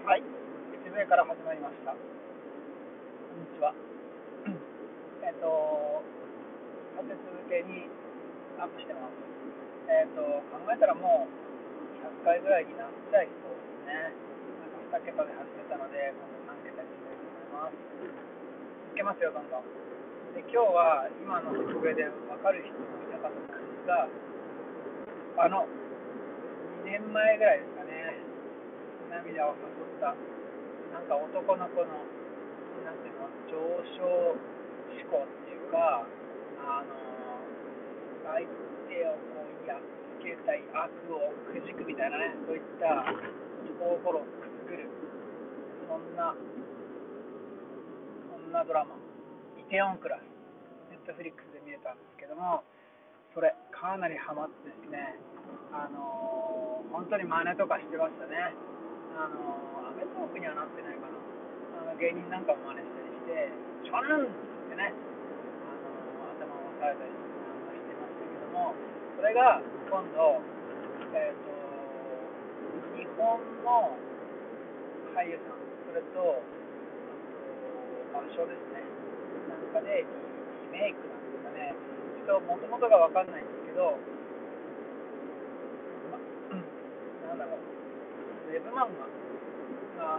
はい、口笛から始まりました。こんにちは。立て続けにアップしてます。考えたらもう100回ぐらいになっちゃいそうですね。なんか2桁で始めたので、今度3桁にしたいと思います。いけますよ、どんどん。で、今日は今の口笛で分かる人もいたかと思うんですが、2年前ぐらいですかね、涙を誘った、なんか男の子のなんていうの、上昇志向っていうか、あの相手をこうやっつけたい悪をくじくみたいなね、そういった心をくすぐる、そんなドラマ、イテオンクラス、ネットフリックスで見れたんですけども、それかなりハマってですね、本当に真似とかしてましたね。アメトークにはなってないかな。芸人なんかも真似したりして、ちょんぬんってね、頭を押さえたりなんかしてましたけども、それが今度、日本の俳優さん、それと、場所ですね、なんかでリメイクなんですかね、ちょっともともとが分かんないんですけど、なんだろう、ウェブ漫画があって、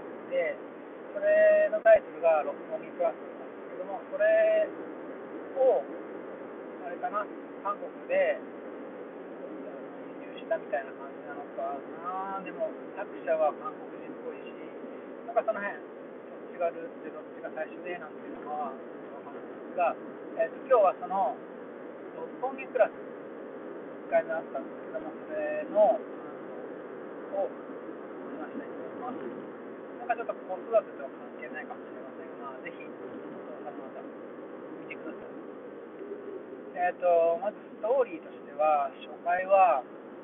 それのタイトルが六本木クラスなんですけども、それを、あれかな、韓国で輸入したみたいな感じなのかな。でも作者は韓国人っぽいし、なんかその辺、どっちがルーツでどっちが最初でなんていうのはわかんないんですが、今日はその六本木クラス1回目あったんですけども、それのを話したいと思います。なんかちょっと子育てとは関係ないかもしれませんが、ぜひお父さん方見てください。まずストーリーとしては、初回は、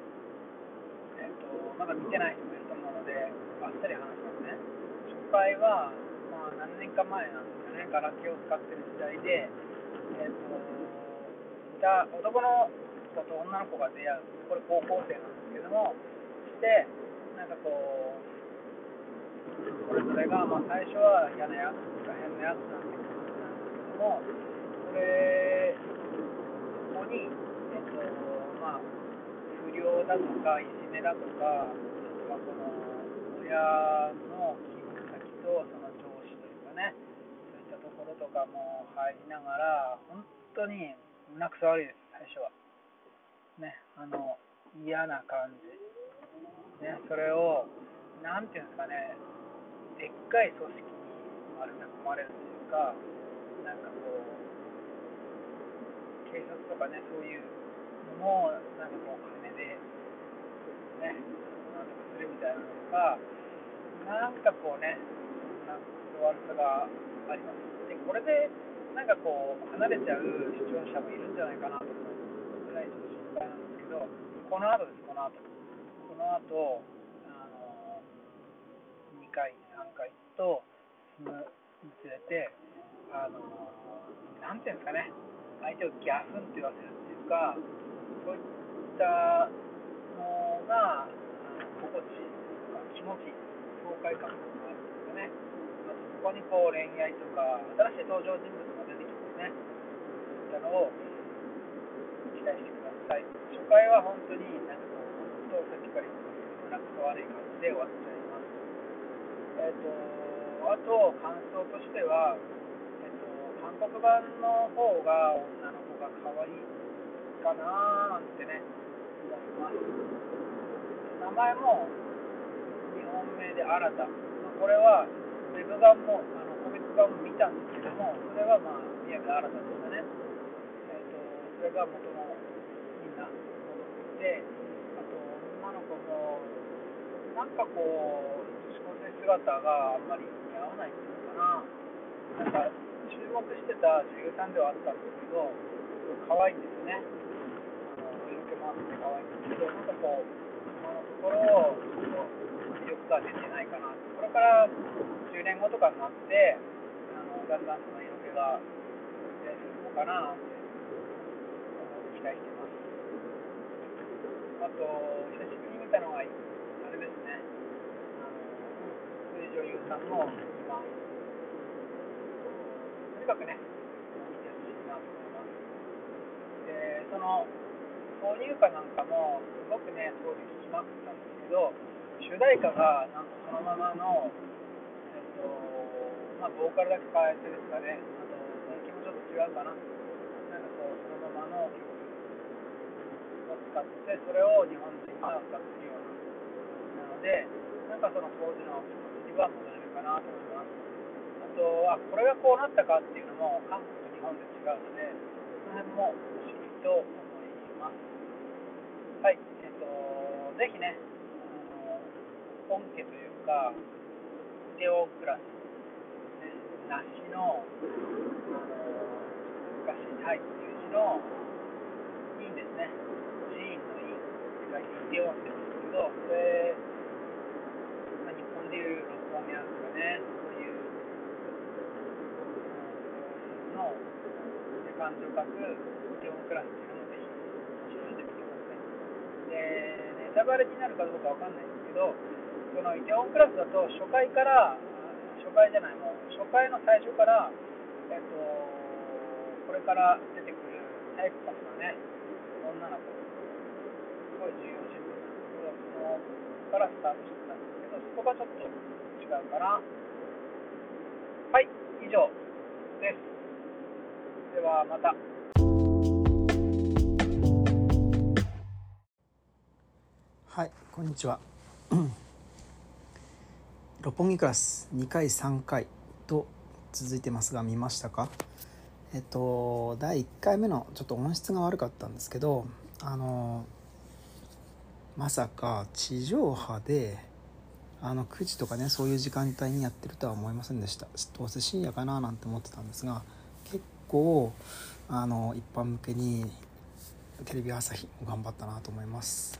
まだ見てない人もいると思うので、あっさり話しますね。初回は、まあ、何年か前なんですよね、ガラケーを使ってる時代で、男の子と女の子が出会う、これ高校生なんですけども、して、なんかこう、それぞれが、まあ、最初は嫌なやつとか変なやつなんですけども、それこに、まあ、不良だとか、いじめだとか、あとはこの親の勤務先とその上司というかね、そういったところとかも入りながら、本当に胸くそ悪いです、最初は。ね、嫌な感じ。ね、それを、なんていうんですかね、でっかい組織に丸め込まれるというか、なんかこう、警察とかね、そういうのも、なんかこう、金で、ね、なんとかするみたいなのとか、なんかこうね、そんな悪さがあります。で、これで、なんかこう、離れちゃう視聴者もいるんじゃないかなと思うぐらいちょっと心配なんですけど、この後です、この後。この後、2回、3回と進むにつれて、なんていうんですかね、相手をギャフンって言わせるっていうか、そういったのが心地いいとか気持ちいい爽快感があるんですよね。あとそこにこう恋愛とか新しい登場人物が出てきますね。そういったのを期待してください。初回は本当になんかこう本当さっきから言ってますけど胸くそ悪い感じで終わっちゃいます。あと感想としては、韓国版の方が女の子が可愛いかなーなんてね思います。名前も2本目で新た、これはウェブ版もコミック版も見たんですけども、それはまあ宮部新たでしたね。それが元のみんな戻ってて、あと女の子もなんかこう女子高生姿があんまり似合わないっていうのかな、なんか注目してた女優さんではあったんですけど、可愛いんですよね。色気もあって可愛いんですけど、なんかこう今のところ魅力が出てないかな。これから10年後とかになってだんだんその色気が出てくるのかなって期待してます。あと久しぶりに見たのはあれですね、水上さんの一番とにかくね見てほしいなと思います。でその挿入歌なんかもすごくね当時聴きまくったんですけど、主題歌がなんとそのままのボーカルだけ変えてですかね、あと音域もちょっと違うかな、なんかこうそのままの曲を使ってそれを日本人が歌っているようなので、なんかその当時の気持ちには戻れるかなと思います。あとこれがこうなったかっていうのも韓国と日本で違うので、その辺も不思議と思います。はい、ぜひね、本家というかイテウォンクラス、梨の、難しいタイっていう字のインですね。寺院のインって書いてイテウォンって言うんですけど、これ、日本でいう六本木なんですかね。そういうの漢字を書くイテウォンクラスっていうのもぜひ調べてみてください。で、ネタバレになるかどうかわかんないんですけど、このイテウォンクラスだと初回の最初から、これから出てくるサイコパスのね、女の子、すごい重要人物なんですけど、そこからスタートしてたんですけど、そこがちょっと違うかな。はい、以上です。ではまた。 はい、こんにちは。六本木クラス2回3回と続いてますが見ましたか？第1回目のちょっと音質が悪かったんですけど、まさか地上波で9時とかね、そういう時間帯にやってるとは思いませんでした。どうせ深夜かななんて思ってたんですが、結構一般向けにテレビ朝日も頑張ったなと思います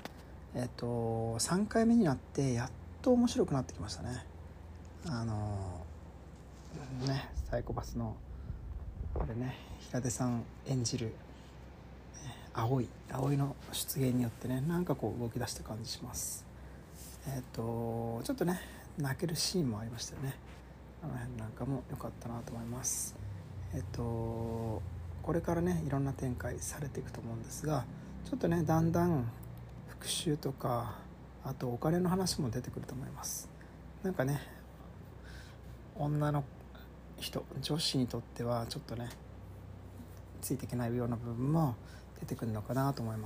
。3回目になってやっと面白くなってきましたね。サイコパスのこれね、平手さん演じる葵の出現によってね、なんかこう動き出した感じします。ちょっとね泣けるシーンもありましたよね。あの辺なんかも良かったなと思います。これからねいろんな展開されていくと思うんですが、ちょっとねだんだん復讐とか、あとお金の話も出てくると思います。なんかね、女の人、女子にとってはちょっとねついていけないような部分も出てくるのかなと思います。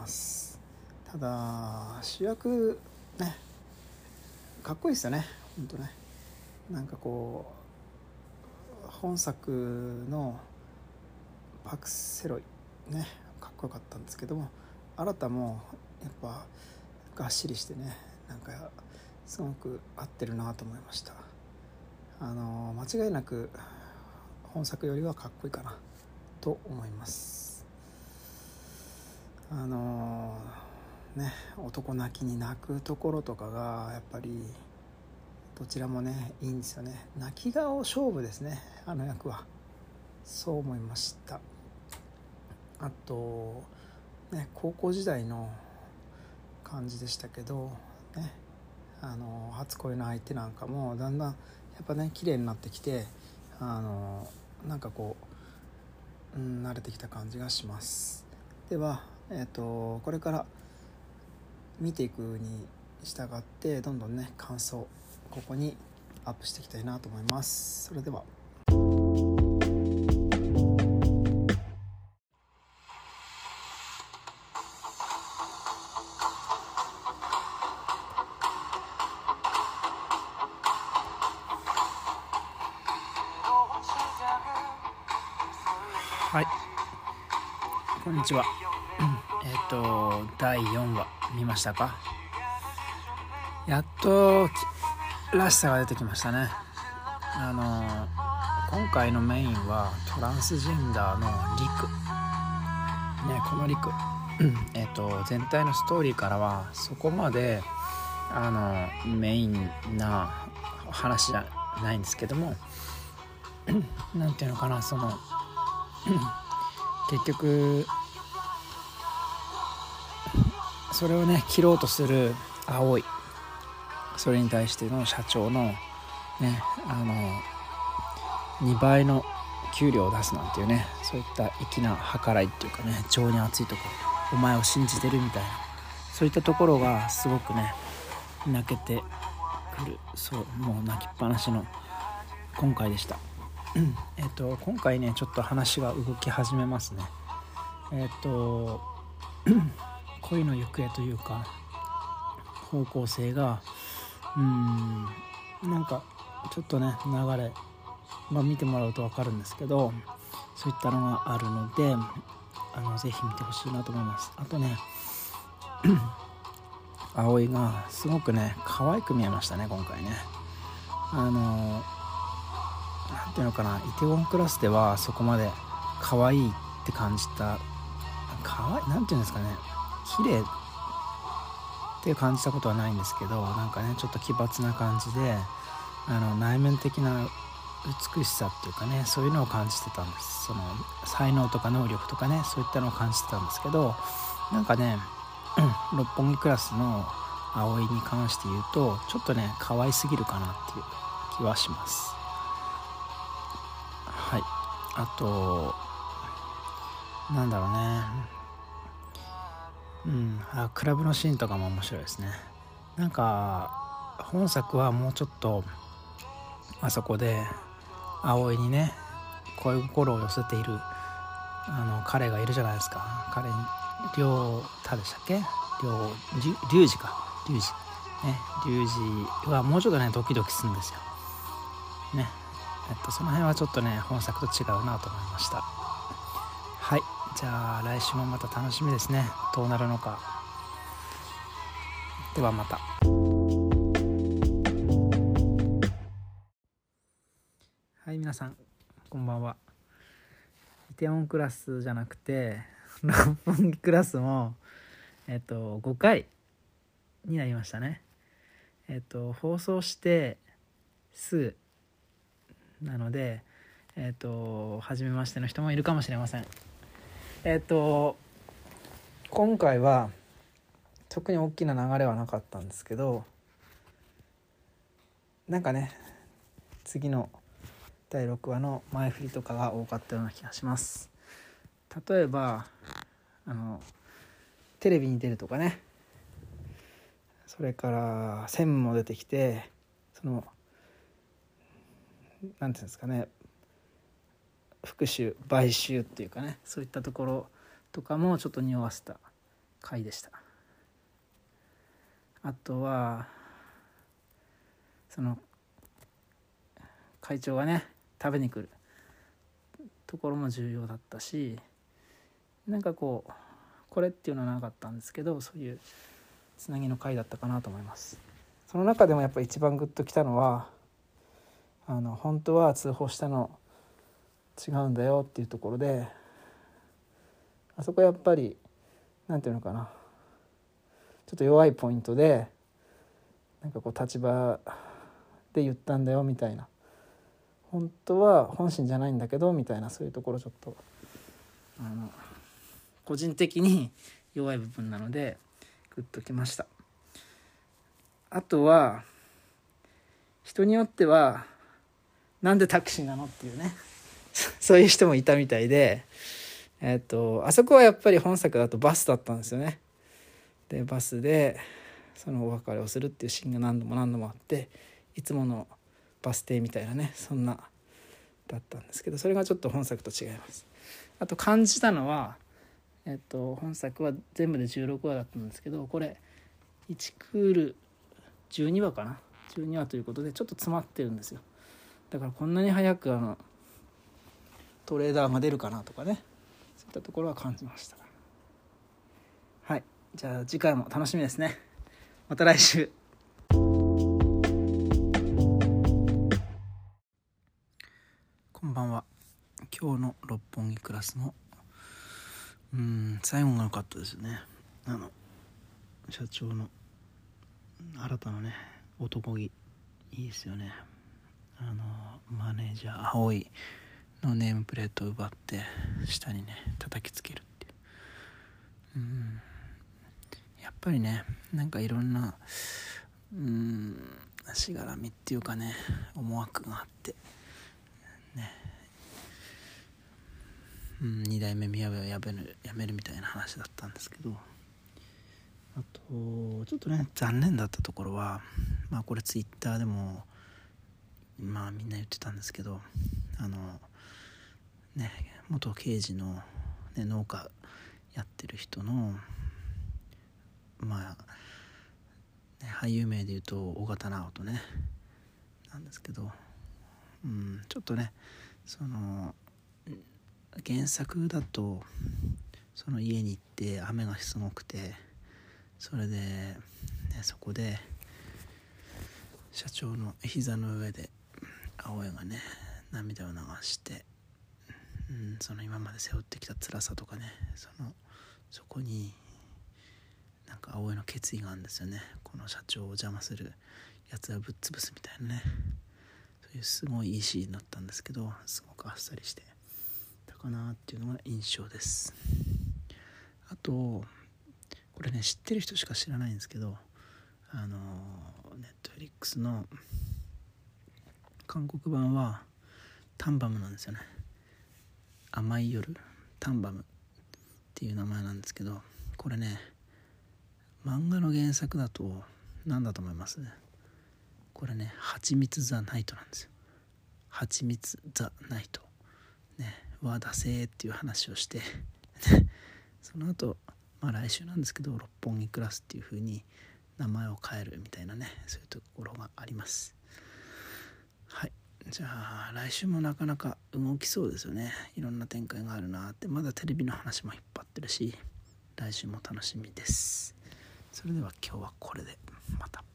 ただ主役ねかっこいいですよね、本当ね。なんかこう本作のパク・セロイね、かっこよかったんですけども、新もやっぱがっしりしてね、なんかすごく合ってるなと思いました。間違いなく本作よりはかっこいいかなと思います。男泣きに泣くところとかがやっぱりどちらもねいいんですよね。泣き顔勝負ですね、あの役は。そう思いました。あとね、高校時代の感じでしたけどね、初恋の相手なんかもだんだんやっぱね綺麗になってきて、なんかこう、慣れてきた感じがします。では、これから見ていくに従ってどんどんね感想ここにアップしていきたいなと思います。それでは。はい、こんにちは。第4話見ましたか？やっとらしさが出てきましたね。今回のメインはトランスジェンダーのリクね、このリク全体のストーリーからはそこまでメインな話じゃないんですけどもなんていうのかな、その結局それをね切ろうとする葵、それに対しての社長のね2倍の給料を出すなんていうね、そういった粋な計らいっていうかね、情に熱いところ、お前を信じてるみたいな、そういったところがすごくね泣けてくる、そうもう泣きっぱなしの今回でした。今回ねちょっと話が動き始めますね。恋の行方というか方向性がなんかちょっとね流れ、見てもらうと分かるんですけど、そういったのがあるのでぜひ見てほしいなと思います。あとね葵がすごくね可愛く見えましたね今回ね。なんていうのかな、イテウォンクラスではそこまで可愛いって感じた、なんていうんですかね、綺麗って感じたことはないんですけど、なんかねちょっと奇抜な感じで内面的な美しさっていうかね、そういうのを感じてたんです。その才能とか能力とかね、そういったのを感じてたんですけど、なんかね六本木クラスの葵に関して言うとちょっとね可愛すぎるかなっていう気はします。はい。あとなんだろうね、クラブのシーンとかも面白いですね。なんか本作はもうちょっとあそこで葵にね恋心を寄せている彼がいるじゃないですか。彼に亮太でしたっけ、龍二はもうちょっとねドキドキするんですよね。その辺はちょっとね本作と違うなと思いました。はい、じゃあ来週もまた楽しみですね、どうなるのか。ではまた。はい、皆さんこんばんは。イテウォンクラスじゃなくて六本木クラスも5回になりましたね。放送してすぐなので初めましての人もいるかもしれません。今回は特に大きな流れはなかったんですけど、なんかね次の第6話の前振りとかが多かったような気がします。例えばテレビに出るとかね、それから専務も出てきて、なんていうんですかね、復讐買収っていうかね、そういったところとかもちょっと匂わせた回でした。あとはその会長がね食べに来るところも重要だったし、なんかこれっていうのはなかったんですけど、そういうつなぎの回だったかなと思います。その中でもやっぱり一番グッときたのは本当は通報したの違うんだよっていうところで、あそこやっぱりなんていうのかな、ちょっと弱いポイントで、なんか立場で言ったんだよみたいな、本当は本心じゃないんだけどみたいな、そういうところちょっと個人的に弱い部分なのでグッときました。あとは人によってはなんでタクシーなのっていうねそういう人もいたみたいで、あそこはやっぱり本作だとバスだったんですよね。でバスでそのお別れをするっていうシーンが何度もあって、いつものバス停みたいなね、そんなだったんですけど、それがちょっと本作と違います。あと感じたのは、本作は全部で16話だったんですけど、これ1クール12話かな、12話ということでちょっと詰まってるんですよ。だからこんなに早くトレーダーが出るかなとかね、そういったところは感じました。はい、じゃあ次回も楽しみですね。また来週。こんばんは。今日の六本木クラスの最後が良かったですよね。社長の新たなね男気いいですよね。マネージャー葵のネームプレートを奪って下にね叩きつけるっていう、やっぱりねなんかいろんなしがらみっていうかね、思惑があってね、2代目宮部をやめるみたいな話だったんですけど、あとちょっとね残念だったところは、これツイッターでもみんな言ってたんですけど、元刑事の、農家やってる人の俳優名で言うと緒方直人ねなんですけど、ちょっとねその原作だとその家に行って雨がすごくて、それで、そこで社長の膝の上で葵がね涙を流して、その今まで背負ってきた辛さとかね、そこになんか葵の決意があるんですよね。この社長を邪魔するやつはぶっ潰すみたいなね、そういうすごいいいシーンだったんですけど、すごくあっさりしてたかなっていうのが印象です。あとこれね知ってる人しか知らないんですけど、ネットフリックスの韓国版はタンバムなんですよね。甘い夜タンバムっていう名前なんですけど、これね漫画の原作だと何だと思います？これね蜂蜜ザナイトなんですよ。蜂蜜ザナイトねは出せっていう話をしてその後来週なんですけど六本木クラスっていう風に名前を変えるみたいなね、そういうところがあります。はい、じゃあ来週もなかなか動きそうですよね。いろんな展開があるなって、まだテレビの話も引っ張ってるし、来週も楽しみです。それでは今日はこれでまた。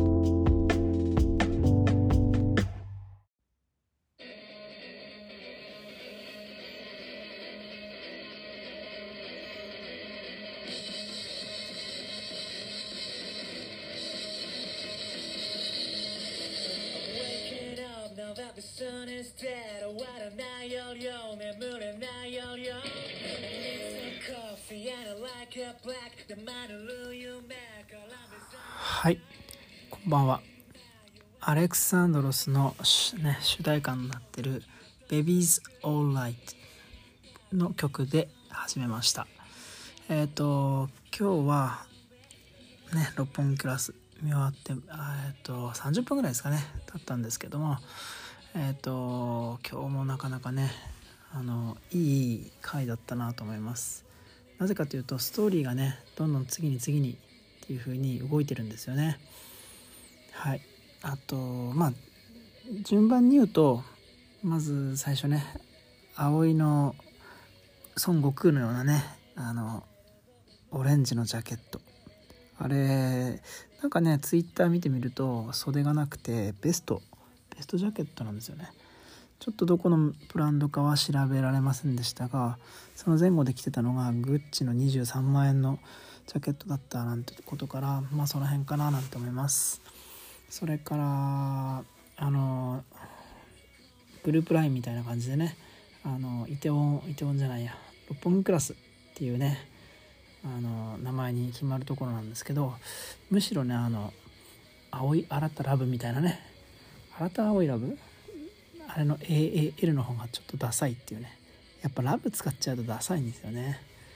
The sun is dead. 終わらない夜よ、眠れない夜よ。Need some coffee and I like it black. 黙る夢から。 はい、こんばんは。アレクサンドロスの、主題歌になってる Baby's Alright の曲で始めました。今日は六本木クラス見終わって30分ぐらいですかね経ったんですけども、今日もなかなかねいい回だったなと思います。なぜかというとストーリーがねどんどん次にっていう風に動いてるんですよね。はい、あと順番に言うと、まず最初ね葵の孫悟空のようなねオレンジのジャケット、あれなんかねツイッター見てみると袖がなくてベストジャケットなんですよね。ちょっとどこのブランドかは調べられませんでしたが、その前後で着てたのがグッチの23万円のジャケットだったなんてことから、その辺かななんて思います。それからグループラインみたいな感じでねイテウォンじゃないや六本木クラスっていうね名前に決まるところなんですけど、むしろね青新ラブみたいなね、新青いラブあれの AAL の方がちょっとダサいっていうね、やっぱラブ使っちゃうとダサいんですよね。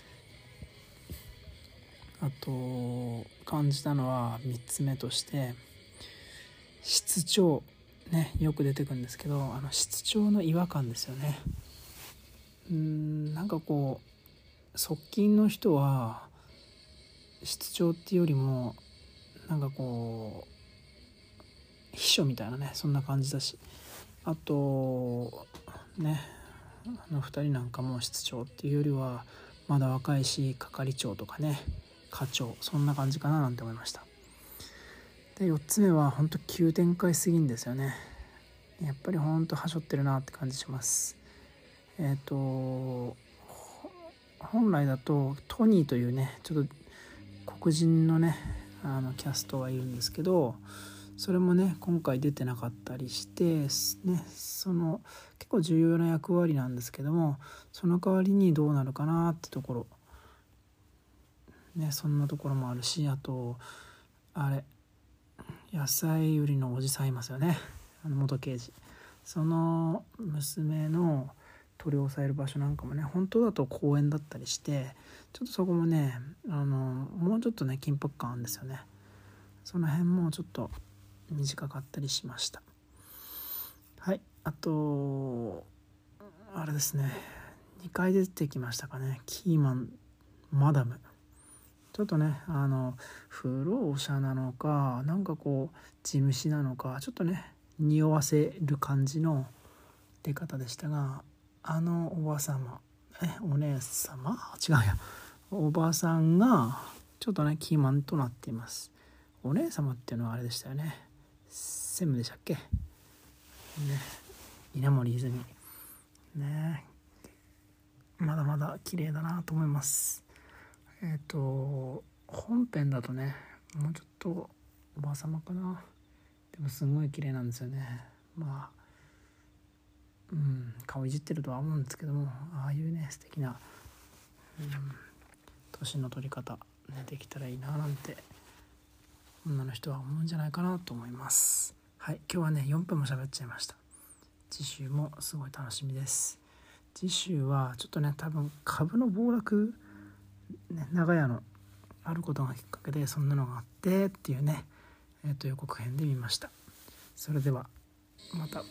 あと感じたのは3つ目として室長ね、よく出てくるんですけど室長の違和感ですよね。なんかこう側近の人は室長っていうよりもなんかこう秘書みたいなねそんな感じだし、あとね2人なんかも室長っていうよりはまだ若いし係長とかね課長、そんな感じかななんて思いました。で4つ目は本当急展開すぎんですよね。やっぱり本当はしょってるなって感じします。本来だとトニーというねちょっと黒人のねキャストがいるんですけど、それもね今回出てなかったりしてね、その結構重要な役割なんですけども、その代わりにどうなるかなってところね、そんなところもあるし、あと野菜売りのおじさんいますよね、元刑事。その娘の取り押さえる場所なんかもね、本当だと公園だったりして、ちょっとそこもねもうちょっとね緊迫感あるんですよね。その辺もちょっと短かったりしました。はい、あとあれですね、2回出てきましたかね、キーマンマダム。ちょっとね不老者なのかなんかこう地主なのかちょっとね匂わせる感じの出方でしたが、おば様お姉様違うやおばさんがちょっとねキーマンとなっています。お姉様っていうのはあれでしたよね、専務でしたっけね、稲森泉ね、まだまだ綺麗だなと思います。本編だとねもうちょっとおばあ様かな、でもすごい綺麗なんですよね。まあ顔いじってるとは思うんですけども、ああいうね素敵な年の取り方、ね、できたらいいななんて女の人は思うんじゃないかなと思います。はい、今日はね4分も喋っちゃいました。次週もすごい楽しみです。次週はちょっとね多分株の暴落、ね、長屋のあることがきっかけでそんなのがあってっていうね、予告編で見ました。それではまた。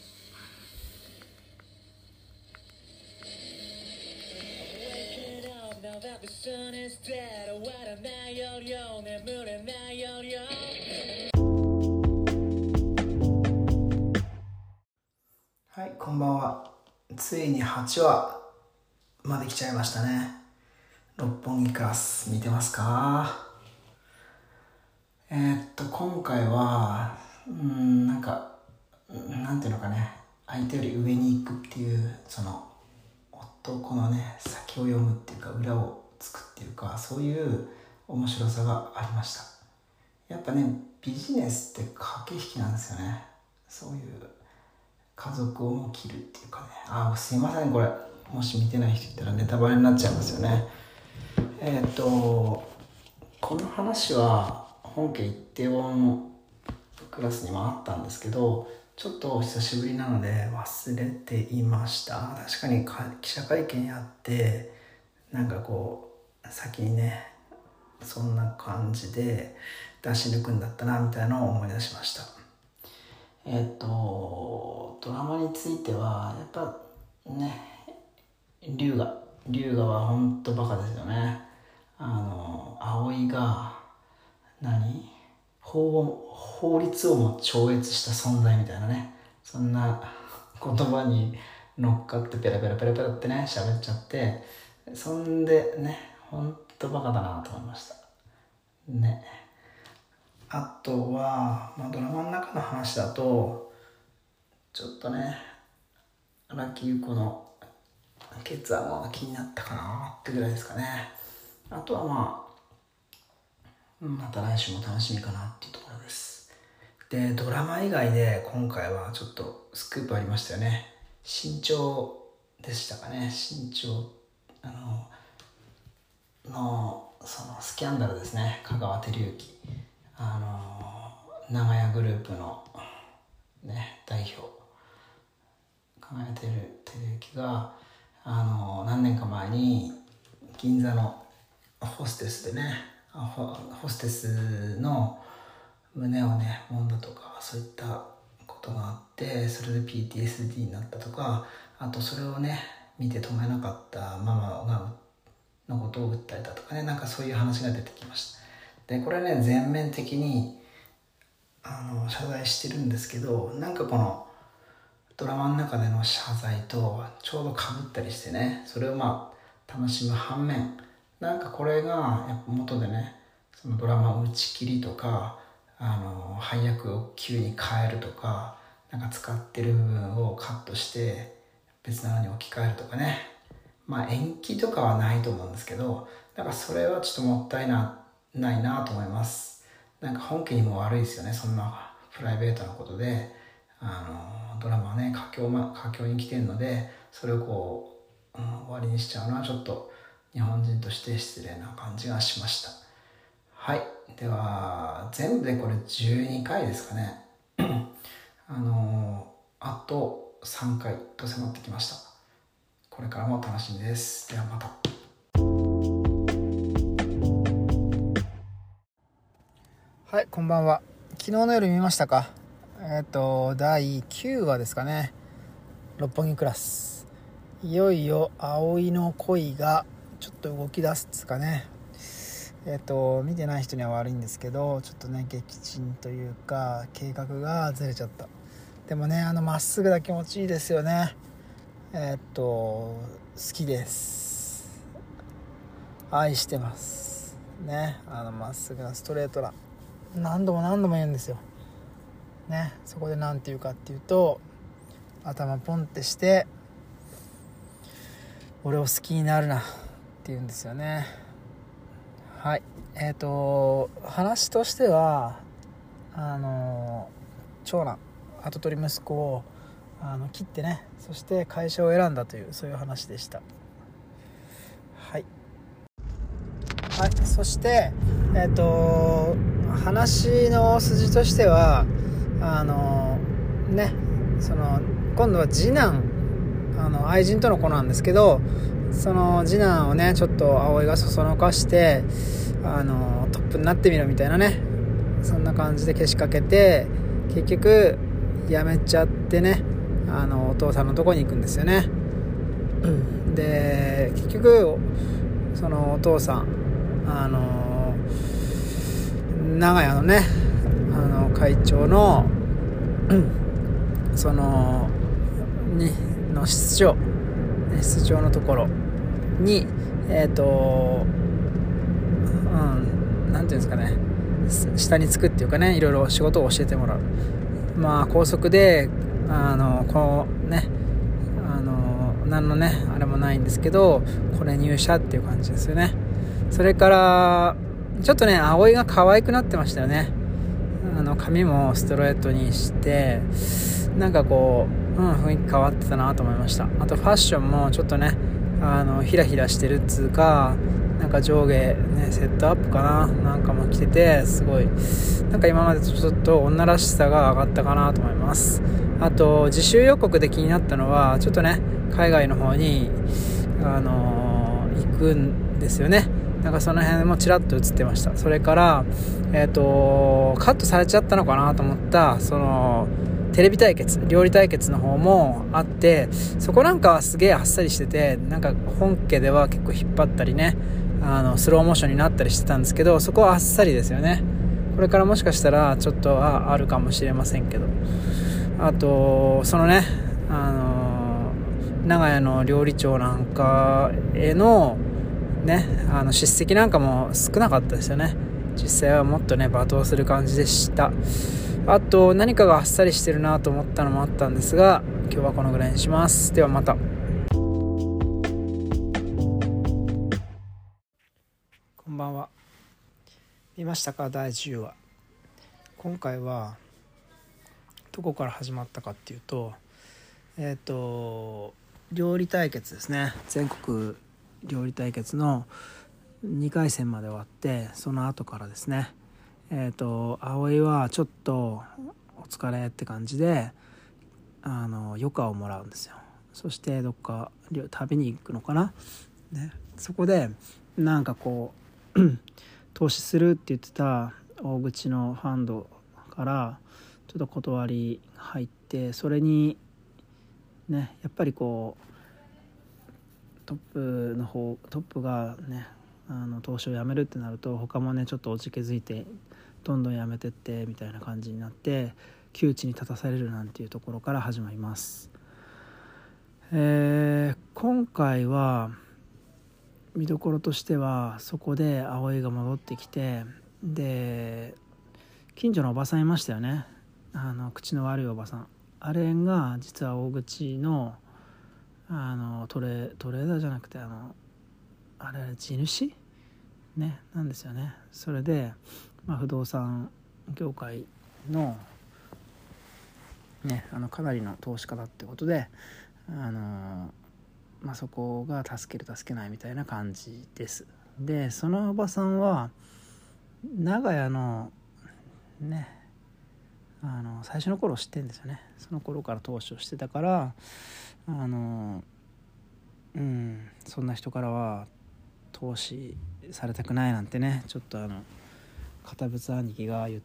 はい、こんばんは。ついに8話まで来ちゃいましたね。六本木クラス見てますか？今回はなんかなんていうのかね、相手より上に行くっていうその男のね先を読むっていうか裏をつくっていうか、そういう面白さがありました。やっぱねビジネスって駆け引きなんですよね。そういう家族をも切るっていうかね、すいません、これもし見てない人いたらネタバレになっちゃいますよね。この話は本家一定本クラスにもあったんですけど、ちょっと久しぶりなので忘れていました。確かに記者会見やってなんかこう先にねそんな感じで出し抜くんだったなみたいなのを思い出しました。ドラマについてはやっぱね龍河はほんとバカですよね。葵が法律をも超越した存在みたいなね、そんな言葉に乗っかってペラペラってね喋っちゃって、そんでねほんとバカだなと思いましたね。あとは、ドラマの中の話だとちょっとね荒木優子のケツアゴが気になったかなってぐらいですかね。あとはまた来週も楽しみかなっていうところです。でドラマ以外で今回はちょっとスクープありましたよね。新潮でしたかね。新潮のそのスキャンダルですね。香川照之長屋グループのね代表香川照之が何年か前に銀座のホステスでねホステスの胸をね揉んだとかそういったことがあって、それで PTSD になったとか、あとそれをね見て止めなかったママのことを訴えたとかね、なんかそういう話が出てきました。でこれね全面的に謝罪してるんですけど、なんかこのドラマの中での謝罪とちょうどかぶったりしてね、それを楽しむ反面、なんかこれがやっぱ元でねそのドラマ打ち切りとか配役を急に変えるとか、なんか使ってる部分をカットして別なのに置き換えるとかね、延期とかはないと思うんですけど、なんかそれはちょっともったいないなと思います。なんか本家にも悪いですよね。そんなプライベートなことでドラマはね佳境に来てるので、それを終わりにしちゃうのはちょっと日本人として失礼な感じがしました。 はい、では全部でこれ12回ですかねあと3回と迫ってきました。これからも楽しみです。ではまた。はい、こんばんは。昨日の夜見ましたか？第9話ですかね。六本木クラス。いよいよ葵の恋がちょっと動き出すっつかね。見てない人には悪いんですけど、ちょっとね撃沈というか計画がずれちゃった。でもね、まっすぐだ気持ちいいですよね。好きです。愛してますね。まっすぐなストレートな、何度も言うんですよね。そこで何て言うかっていうと、頭ポンってして俺を好きになるなって言うんですよね。はい、話としては長男跡取り息子を切ってね、そして会社を選んだという、そういう話でした。はい、はい、そして話の筋としては今度は次男、愛人との子なんですけど、その次男をねちょっと葵がそそのかしてトップになってみろみたいなね、そんな感じでけしかけて、結局やめちゃってね、お父さんのとこに行くんですよね。で結局そのお父さん長屋のね会長のそのの室長のところになんていうんですかね、下につくっていうかね、いろいろ仕事を教えてもらう。高速でこうね何のねあれもないんですけど、これ入社っていう感じですよね。それからちょっとね葵が可愛くなってましたよね。髪もストレートにしてなんかこう、雰囲気変わってたなと思いました。あとファッションもちょっとねヒラヒラしてるっつうか、なんか上下ねセットアップかな、なんかも着てて、すごいなんか今までとちょっと女らしさが上がったかなと思います。あと自習予告で気になったのは、ちょっとね海外の方に行くんですよね。なんかその辺もちらっと映ってました。それからカットされちゃったのかなと思ったそのテレビ対決、料理対決の方もあって、そこなんかはすげえあっさりしてて、なんか本家では結構引っ張ったりねスローモーションになったりしてたんですけど、そこはあっさりですよね。これからもしかしたらちょっとはあるかもしれませんけど、あとそのね長屋の料理長なんかへのね叱責なんかも少なかったですよね。実際はもっとね罵倒する感じでした。あと何かがあっさりしてるなと思ったのもあったんですが、今日はこのぐらいにします。ではまた。こんばんは。見ましたか？第10話。今回はどこから始まったかっていうと、料理対決ですね。全国料理対決の2回戦まで終わって、その後からですね、葵はちょっとお疲れって感じで余暇をもらうんですよ。そしてどっか食べに行くのかな、ね、そこでなんかこう投資するって言ってた大口のファンドからちょっと断り入って、それにねやっぱりこうトップがね投資をやめるってなると、他もねちょっとおじけづいてどんどんやめてってみたいな感じになって、窮地に立たされるなんていうところから始まります。今回は見どころとしては、そこで葵が戻ってきて、で近所のおばさんいましたよね。口の悪いおばさん、あれが実は大口のトレーダーじゃなくてあれ地主ねなんですよね。それで、不動産業界のねかなりの投資家だってことでそこが助ける助けないみたいな感じです。でそのおばさんは長屋のね最初の頃知ってるんですよね。その頃から投資をしてたからそんな人からは投資されたくないなんてね、ちょっと堅物兄貴が言って、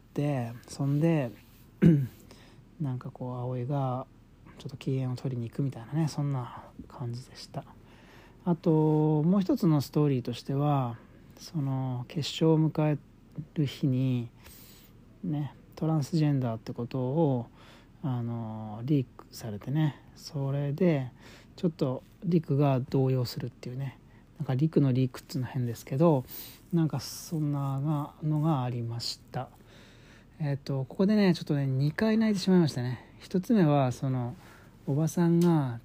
そんでなんかこう葵がちょっと機嫌を取りに行くみたいなね、そんな感じでした。あともう一つのストーリーとしては、その決勝を迎える日にね、トランスジェンダーってことをリークされてね、それでちょっとリクが動揺するっていうね、なんかリクのリークっていうのは変ですけど、なんかそんなのがありました。ここでねちょっとね2回泣いてしまいましたね。一つ目はそのおばさんが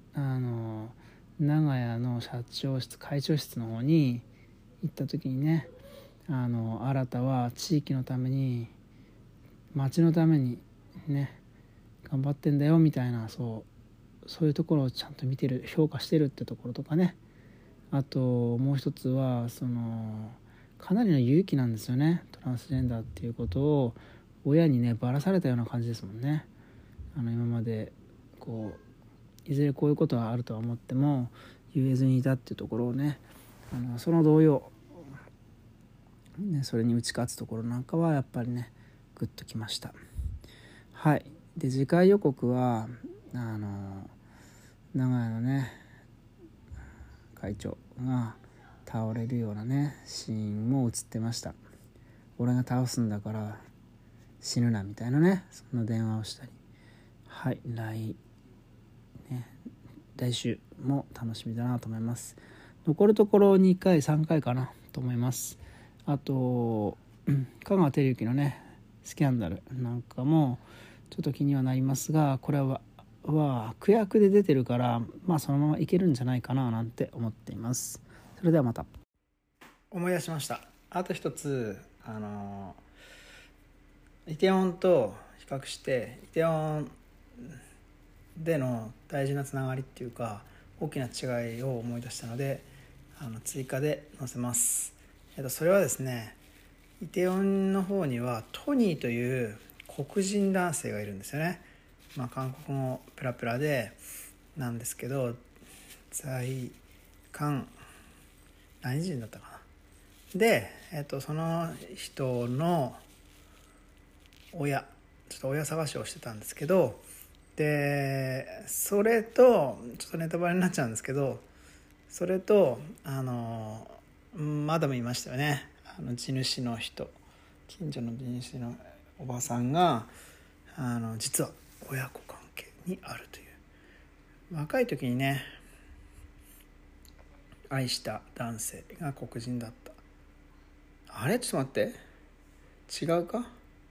長屋の社長室会長室の方に行った時にね、新は地域のために町のためにね頑張ってんだよみたいな、そういうところをちゃんと見てる、評価してるってところとかね。あともう一つはかなりの勇気なんですよね、トランスジェンダーっていうことを親にねばらされたような感じですもんね。今までこういずれこういうことはあるとは思っても言えずにいたっていうところをね、その動揺、ね、それに打ち勝つところなんかはやっぱりねグッときました。はい。で次回予告は長屋のね会長が倒れるようなねシーンも映ってました。俺が倒すんだから死ぬなみたいなね、そんな電話をしたり、はい、来週も楽しみだなと思います。残るところ2回3回かなと思います。あと香川照之のねスキャンダルなんかもちょっと気にはなりますが、これは悪役で出てるからそのままいけるんじゃないかななんて思っています。それではまた。思い出しました。あと一つイテウォンと比較して、イテウォンでの大事なつながりっていうか大きな違いを思い出したので追加で載せます。それはですね、イテウォンの方にはトニーという黒人男性がいるんですよね。韓国語ペラペラでなんですけど、在韓何人だったかな。で、その人のちょっと親探しをしてたんですけど、でそれとちょっとネタバレになっちゃうんですけど、それとマダムいましたよね。地主の人、近所の地主のおばさんが実は親子関係にあるという、若い時にね愛した男性が黒人だった。あれちょっと待って、違うか、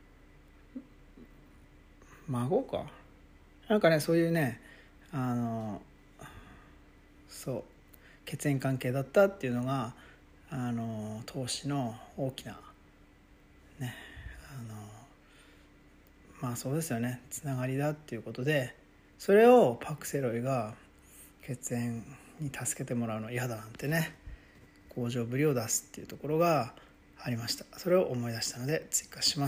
孫かなんかね、そういうね血縁関係だったっていうのが投資の大きなねそうですよね、つながりだっていうことで、それをパク・セロイが血縁に助けてもらうの嫌だなんてね向上ぶりを出すっていうところがありました。それを思い出したので追加します。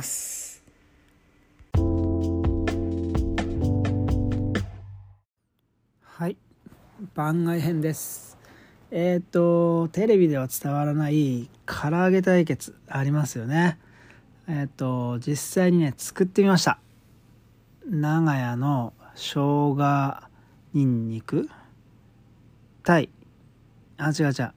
はい、番外編です。テレビでは伝わらない唐揚げ対決ありますよね。実際にね作ってみました。長屋の生姜ニンニク対生姜味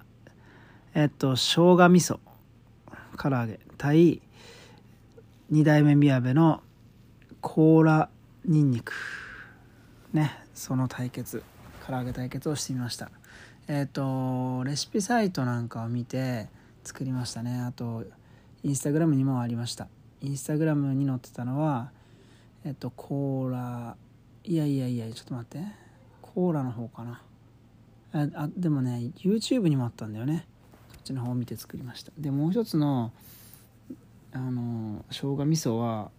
噌唐揚げ対2代目みやべのコーラニンニクね、その唐揚げ対決をしてみました。レシピサイトなんかを見て作りましたね。あとインスタグラムにもありました。インスタグラムに載ってたのはコーラちょっと待って、コーラの方かな。でもね YouTube にもあったんだよね。そっちの方を見て作りました。でもう一つの生姜味噌は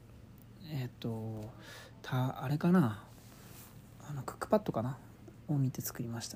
あれかな、クックパッドかなを見て作りました。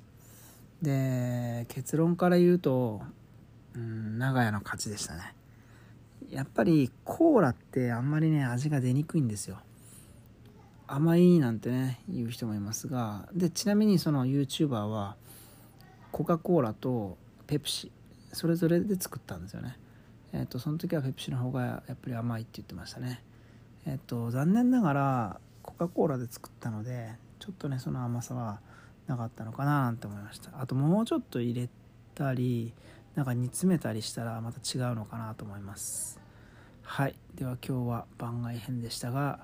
で結論から言うと長屋の勝ちでしたね。 やっぱりコーラってあんまりね味が出にくいんですよ。甘いなんてね言う人もいますが、でちなみにその YouTuber はコカ・コーラとペプシそれぞれで作ったんですよね。その時はペプシの方がやっぱり甘いって言ってましたね。残念ながらコカ・コーラで作ったのでちょっとねその甘さはなかったのかななんて思いました。あともうちょっと入れたりなんか煮詰めたりしたらまた違うのかなと思います。はい、では今日は番外編でしたが、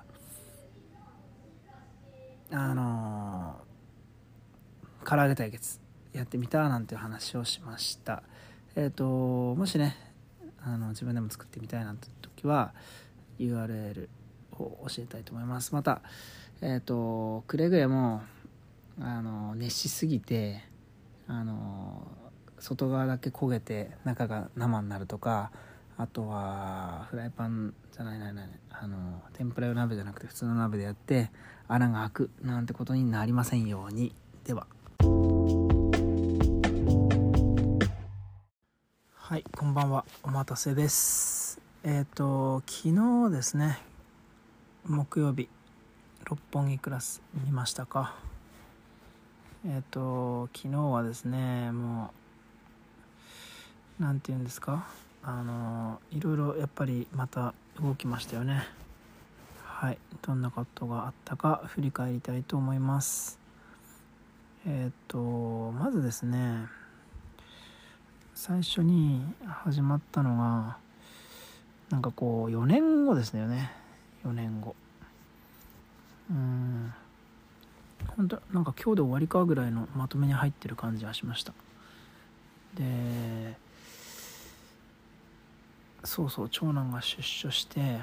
唐揚げ対決やってみたなんていう話をしました。もしね自分でも作ってみたいなんて時は URL を教えたいと思います。またくれぐれも熱しすぎて外側だけ焦げて中が生になるとか、あとはフライパンじゃない天ぷら用鍋じゃなくて普通の鍋でやって穴が開くなんてことになりませんように。では、はい、こんばんは、お待たせです。昨日ですね、木曜日六本木クラス見ましたか？昨日はですね、もうなんていうんですか、いろいろやっぱりまた動きましたよね。はい、どんなことがあったか振り返りたいと思います。まずですね、最初に始まったのがなんかこう4年後ですよね。4年後、本当なんか今日で終わりかぐらいのまとめに入ってる感じがしました。で、そう長男が出所して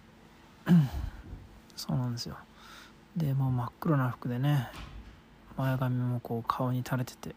そうなんですよ。でもう真っ黒な服でね、前髪もこう顔に垂れてて、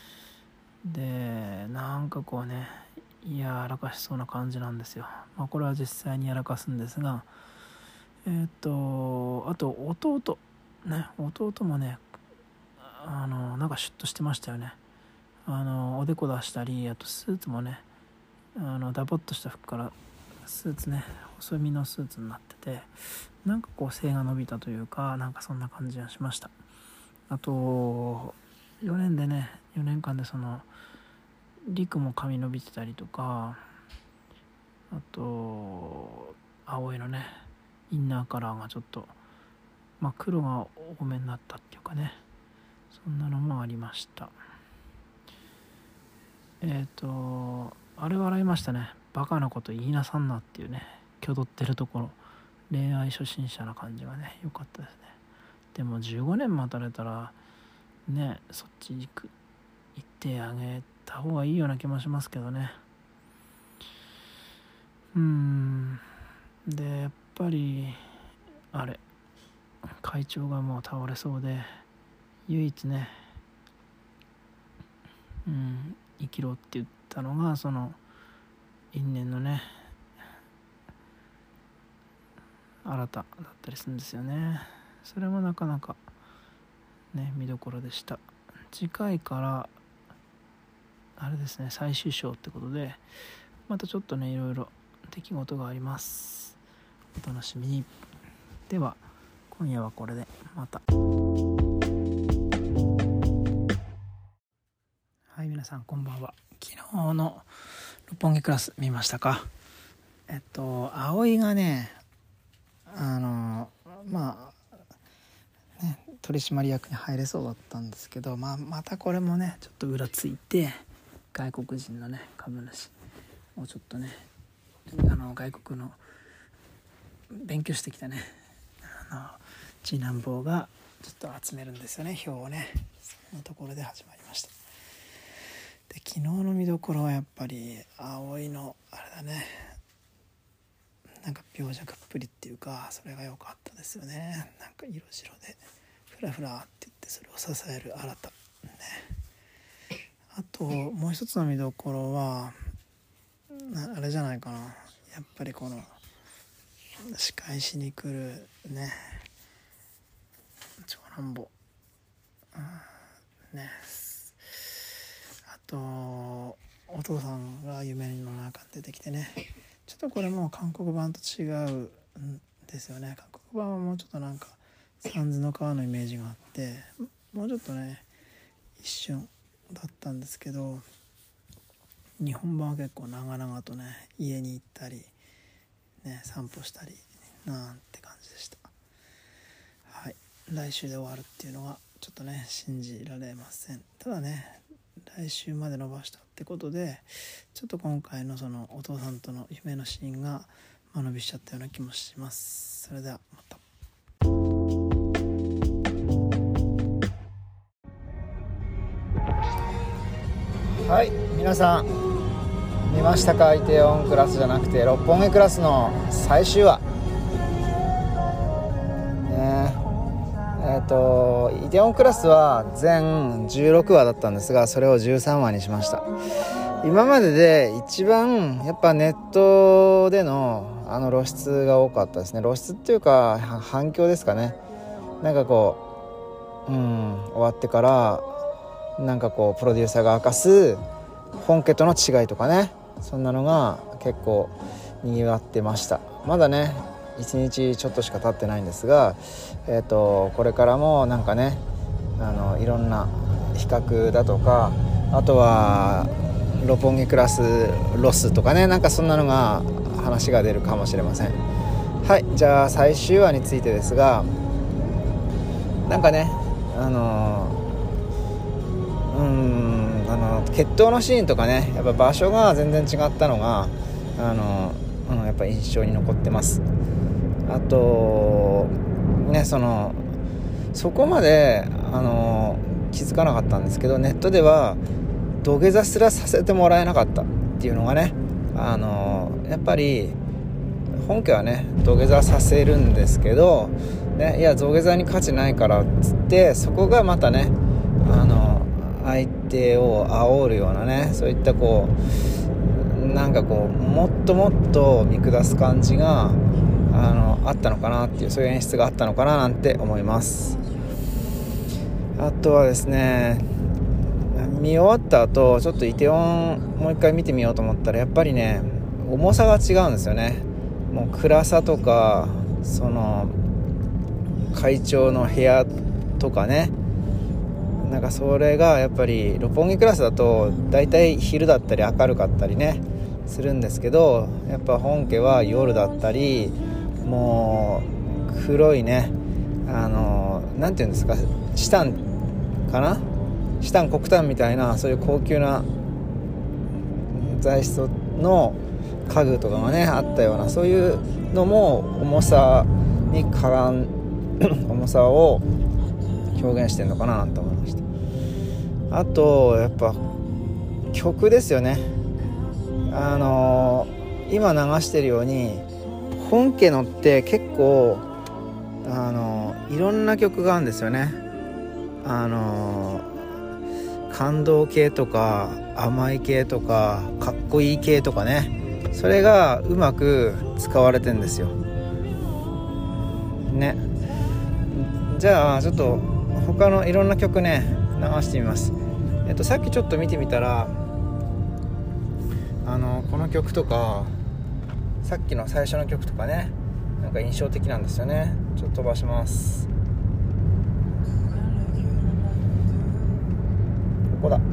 でなんかこうねやらかしそうな感じなんですよ。これは実際にやらかすんですが、あと弟もねなんかシュッとしてましたよね。おでこ出したり、あとスーツもねダボっとした服からスーツね、細身のスーツになってて、なんかこう背が伸びたというか、なんかそんな感じがしました。あと4年間でそのリクも髪伸びてたりとか、あと青いのねインナーカラーがちょっと黒が多めになったっていうかね、そんなのもありました。あれ笑いましたね。バカなこと言いなさんなっていうね、挙動ってるところ、恋愛初心者な感じがね良かったですね。でも15年待たれたらね、そっち行ってあげた方がいいような気もしますけどね。でやっぱりあれ会長がもう倒れそうで、唯一ね生きろって言ったのがその因縁のね新だったりするんですよね。それもなかなかね見どころでした。次回からあれですね、最終章ってことでまたちょっとねいろいろ出来事があります。お楽しみに。では今夜はこれでまた。はい、皆さんこんばんは。昨日の六本木クラス見ましたか？葵がね取締役に入れそうだったんですけど、またこれもねちょっと裏ついて、外国人のね株主をちょっとね外国の勉強してきたね次男坊がちょっと集めるんですよね、票をね。そんなところで始まりました。で昨日の見どころはやっぱり葵のあれだね、なんか病弱っぷりっていうか、それが良かったですよね。なんか色白でフラフラって言ってそれを支える新ね。あともう一つの見どころはあれじゃないかな、やっぱりこの仕返しに来るね長男坊ね、あとお父さんが夢の中に出てきてね、 ちょっとこれも韓国版と違うんですよね。韓国版はもうちょっとなんか三途の川のイメージがあって、もうちょっとね一瞬だったんですけど、日本版は結構長々とね家に行ったりね散歩したりなんて感じでした。はい、来週で終わるっていうのがちょっとね信じられません。ただね来週まで伸ばしたってことで、ちょっと今回のそのお父さんとの夢のシーンが間延びしちゃったような気もします。それではまた。はい、皆さん見ましたか？イテウォンクラスじゃなくて六本木クラスの最終話、イテウォンクラスは全16話だったんですが、それを13話にしました。今までで一番やっぱネットでの露出が多かったですね。露出っていうか反響ですかね。なんかこう終わってからなんかこうプロデューサーが明かす本家との違いとかね、そんなのが結構にぎわってました。まだね1日ちょっとしか経ってないんですが、これからもなんかねいろんな比較だとか、あとは六本木クラスロスとかね、なんかそんなのが話が出るかもしれません。はい、じゃあ最終話についてですが、なんかね決闘のシーンとかね、やっぱ場所が全然違ったのがやっぱ印象に残ってます。あとねそこまで気づかなかったんですけど、ネットでは土下座すらさせてもらえなかったっていうのがね、やっぱり本家はね土下座させるんですけど、ね、いや土下座に価値ないからっつって、そこがまたね相手を煽るようなね、そういったこうなんかこうもっともっと見下す感じがあったのかなっていう、そういう演出があったのかななんて思います。あとはですね、見終わった後ちょっとイテウォンもう一回見てみようと思ったら、やっぱりね重さが違うんですよね。もう暗さとかその会長の部屋とかね、なんかそれがやっぱり六本木クラスだとだいたい昼だったり明るかったりねするんですけど、やっぱ本家は夜だったり、もう黒いねなんていうんですか、シタンかな、シタン黒炭みたいな、そういう高級な材質の家具とかがねあったような、そういうのも重さを表現してるのかなと思いました。あとやっぱ曲ですよね。今流してるように本家のって結構いろんな曲があるんですよね。感動系とか甘い系とかかっこいい系とかね、それがうまく使われてんですよね。じゃあちょっと他のいろんな曲ね流してみます。さっきちょっと見てみたらこの曲とかさっきの最初の曲とかね、なんか印象的なんですよね。ちょっと飛ばします。ここだ。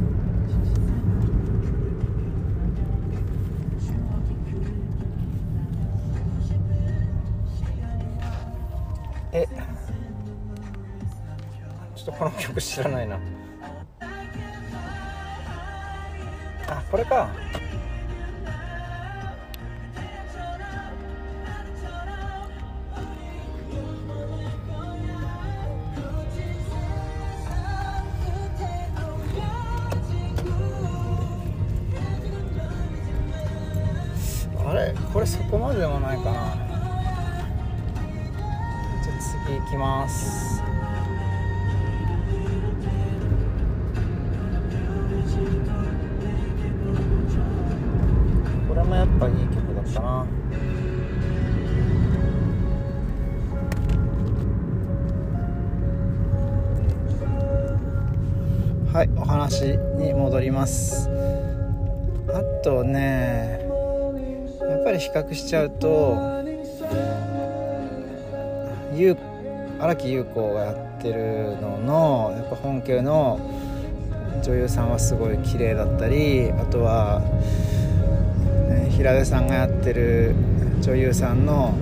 ちょっとこの曲知らないな。あ、これか。あれ、これそこまででもないかな。じゃあ次行きます。これもやっぱいい曲だったな。はい、お話に戻ります。あとね、やっぱりり比較しちゃうと荒木優子がやってるののやっぱ本家の女優さんはすごい綺麗だったり、あとは、平出さんがやってる女優さんの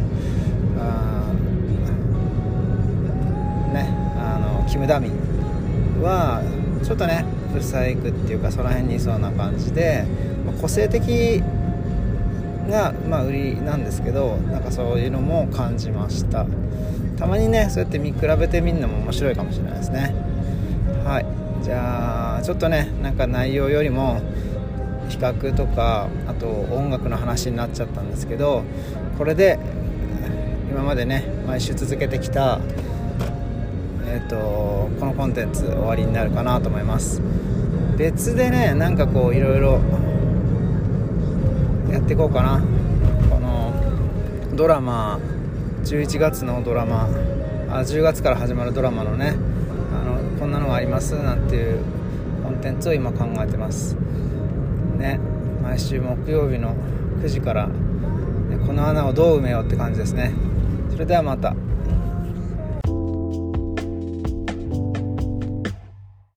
キム・ダミはちょっとねブサイクっていうかその辺にいそうな感じで、個性的が売りなんですけど、なんかそういうのも感じました。たまにねそうやって見比べてみるのも面白いかもしれないですね。はい、じゃあちょっとねなんか内容よりも比較とかあと音楽の話になっちゃったんですけど、これで今までね毎週続けてきたこのコンテンツ終わりになるかなと思います。別でねなんかこういろいろやっていこうかな。このドラマ11月のドラマ10月から始まるドラマのねこんなのがありますなんていうコンテンツを今考えてますね。毎週木曜日の9時から、この穴をどう埋めようって感じですね。それではまた。